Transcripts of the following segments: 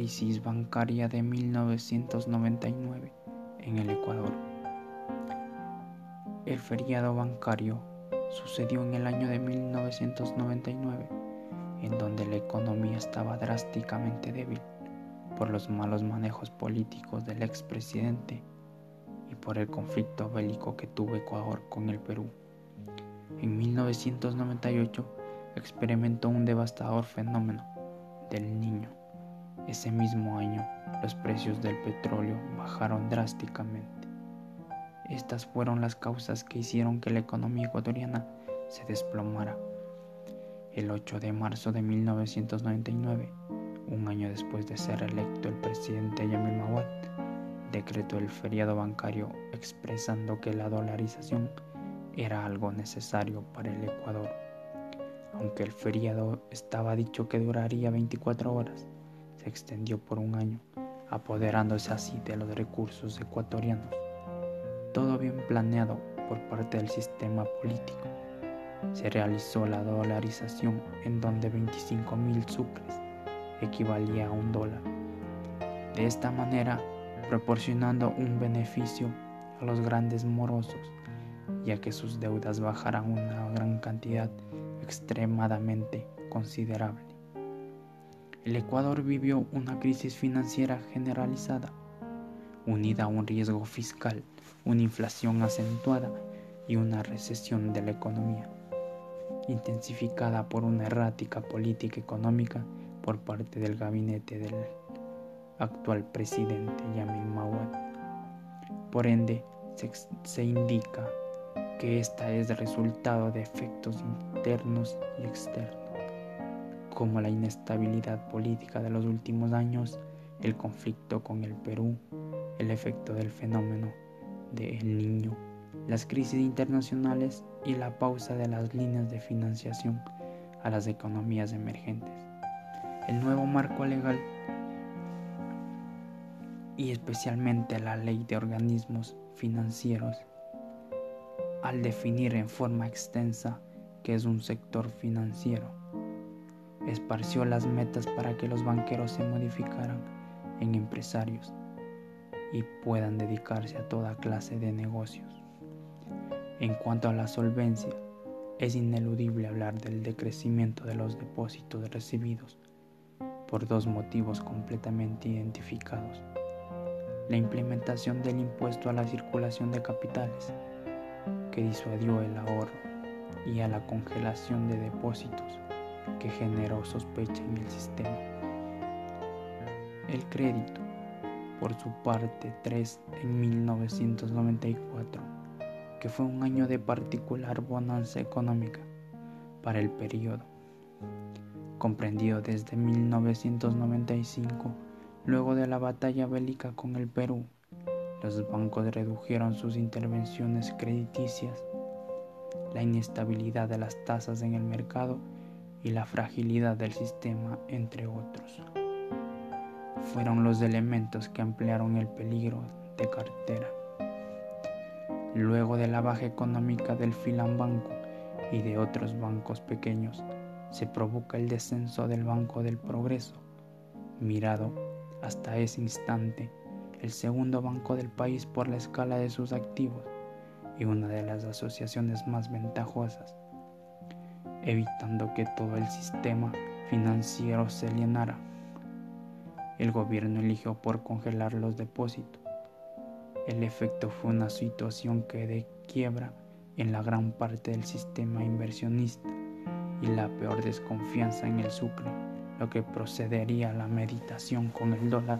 crisis bancaria de 1999 en el Ecuador. El feriado bancario sucedió en el año de 1999, en donde la economía estaba drásticamente débil por los malos manejos políticos del expresidente y por el conflicto bélico que tuvo Ecuador con el Perú. En 1998 experimentó un devastador fenómeno del Niño. Ese mismo año, los precios del petróleo bajaron drásticamente. Estas fueron las causas que hicieron que la economía ecuatoriana se desplomara. El 8 de marzo de 1999, un año después de ser electo el presidente Yamil Mahuad, decretó el feriado bancario expresando que la dolarización era algo necesario para el Ecuador. Aunque el feriado estaba dicho que duraría 24 horas, se extendió por un año, apoderándose así de los recursos ecuatorianos. Todo bien planeado por parte del sistema político. Se realizó la dolarización en donde 25.000 sucres equivalía a $1. De esta manera, proporcionando un beneficio a los grandes morosos, ya que sus deudas bajaran una gran cantidad extremadamente considerable. El Ecuador vivió una crisis financiera generalizada, unida a un riesgo fiscal, una inflación acentuada y una recesión de la economía, intensificada por una errática política económica por parte del gabinete del actual presidente Yamil Mahuad. Por ende, se indica que esta es resultado de efectos internos y externos, como la inestabilidad política de los últimos años, el conflicto con el Perú, el efecto del fenómeno de El Niño, las crisis internacionales y la pausa de las líneas de financiación a las economías emergentes. El nuevo marco legal y especialmente la Ley de Organismos Financieros, al definir en forma extensa qué es un sector financiero, esparció las metas para que los banqueros se modificaran en empresarios y puedan dedicarse a toda clase de negocios. En cuanto a la solvencia, es ineludible hablar del decrecimiento de los depósitos recibidos por dos motivos completamente identificados: la implementación del impuesto a la circulación de capitales, que disuadió el ahorro, y a la congelación de depósitos, que generó sospecha en el sistema. El crédito, por su parte, en 1994, que fue un año de particular bonanza económica para el periodo, comprendido desde 1995, luego de la batalla bélica con el Perú. Los bancos redujeron sus intervenciones crediticias, la inestabilidad de las tasas en el mercado y la fragilidad del sistema, entre otros, fueron los elementos que ampliaron el peligro de cartera. Luego de la baja económica del Filambanco y de otros bancos pequeños, se provoca el descenso del Banco del Progreso, mirado hasta ese instante el segundo banco del país por la escala de sus activos y una de las asociaciones más ventajosas, evitando que todo el sistema financiero se alienara. El gobierno eligió por congelar los depósitos. El efecto fue una situación que de quiebra en la gran parte del sistema inversionista y la peor desconfianza en el sucre, lo que procedería a la meditación con el dólar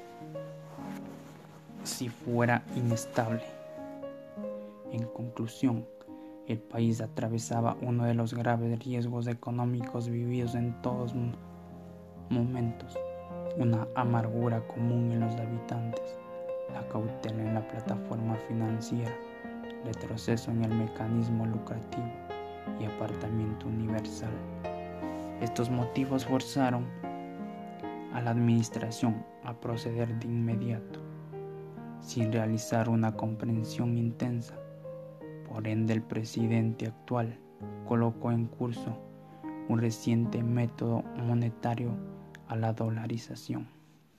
si fuera inestable. En conclusión, el país atravesaba uno de los graves riesgos económicos vividos en todos momentos, una amargura común en los habitantes, la cautela en la plataforma financiera, retroceso en el mecanismo lucrativo y apartamiento universal. Estos motivos forzaron a la administración a proceder de inmediato, sin realizar una comprensión intensa. Por ende, el presidente actual colocó en curso un reciente método monetario a la dolarización.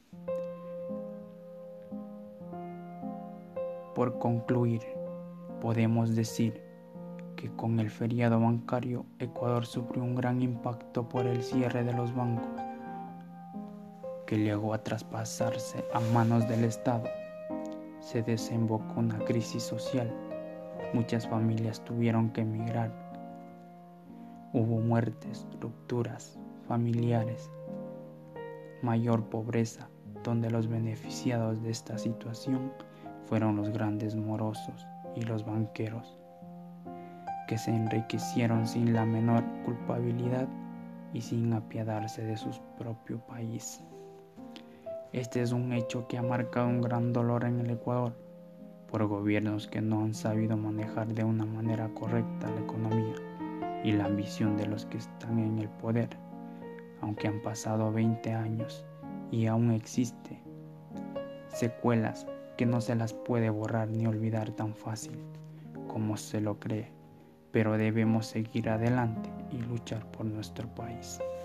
Por concluir, podemos decir que con el feriado bancario, Ecuador sufrió un gran impacto por el cierre de los bancos, que llegó a traspasarse a manos del Estado. Se desembocó una crisis social. Muchas familias tuvieron que emigrar. Hubo muertes, rupturas familiares, mayor pobreza, donde los beneficiados de esta situación fueron los grandes morosos y los banqueros, que se enriquecieron sin la menor culpabilidad y sin apiadarse de su propio país. Este es un hecho que ha marcado un gran dolor en el Ecuador, por gobiernos que no han sabido manejar de una manera correcta la economía y la ambición de los que están en el poder. Aunque han pasado 20 años y aún existe secuelas que no se las puede borrar ni olvidar tan fácil como se lo cree, pero debemos seguir adelante y luchar por nuestro país.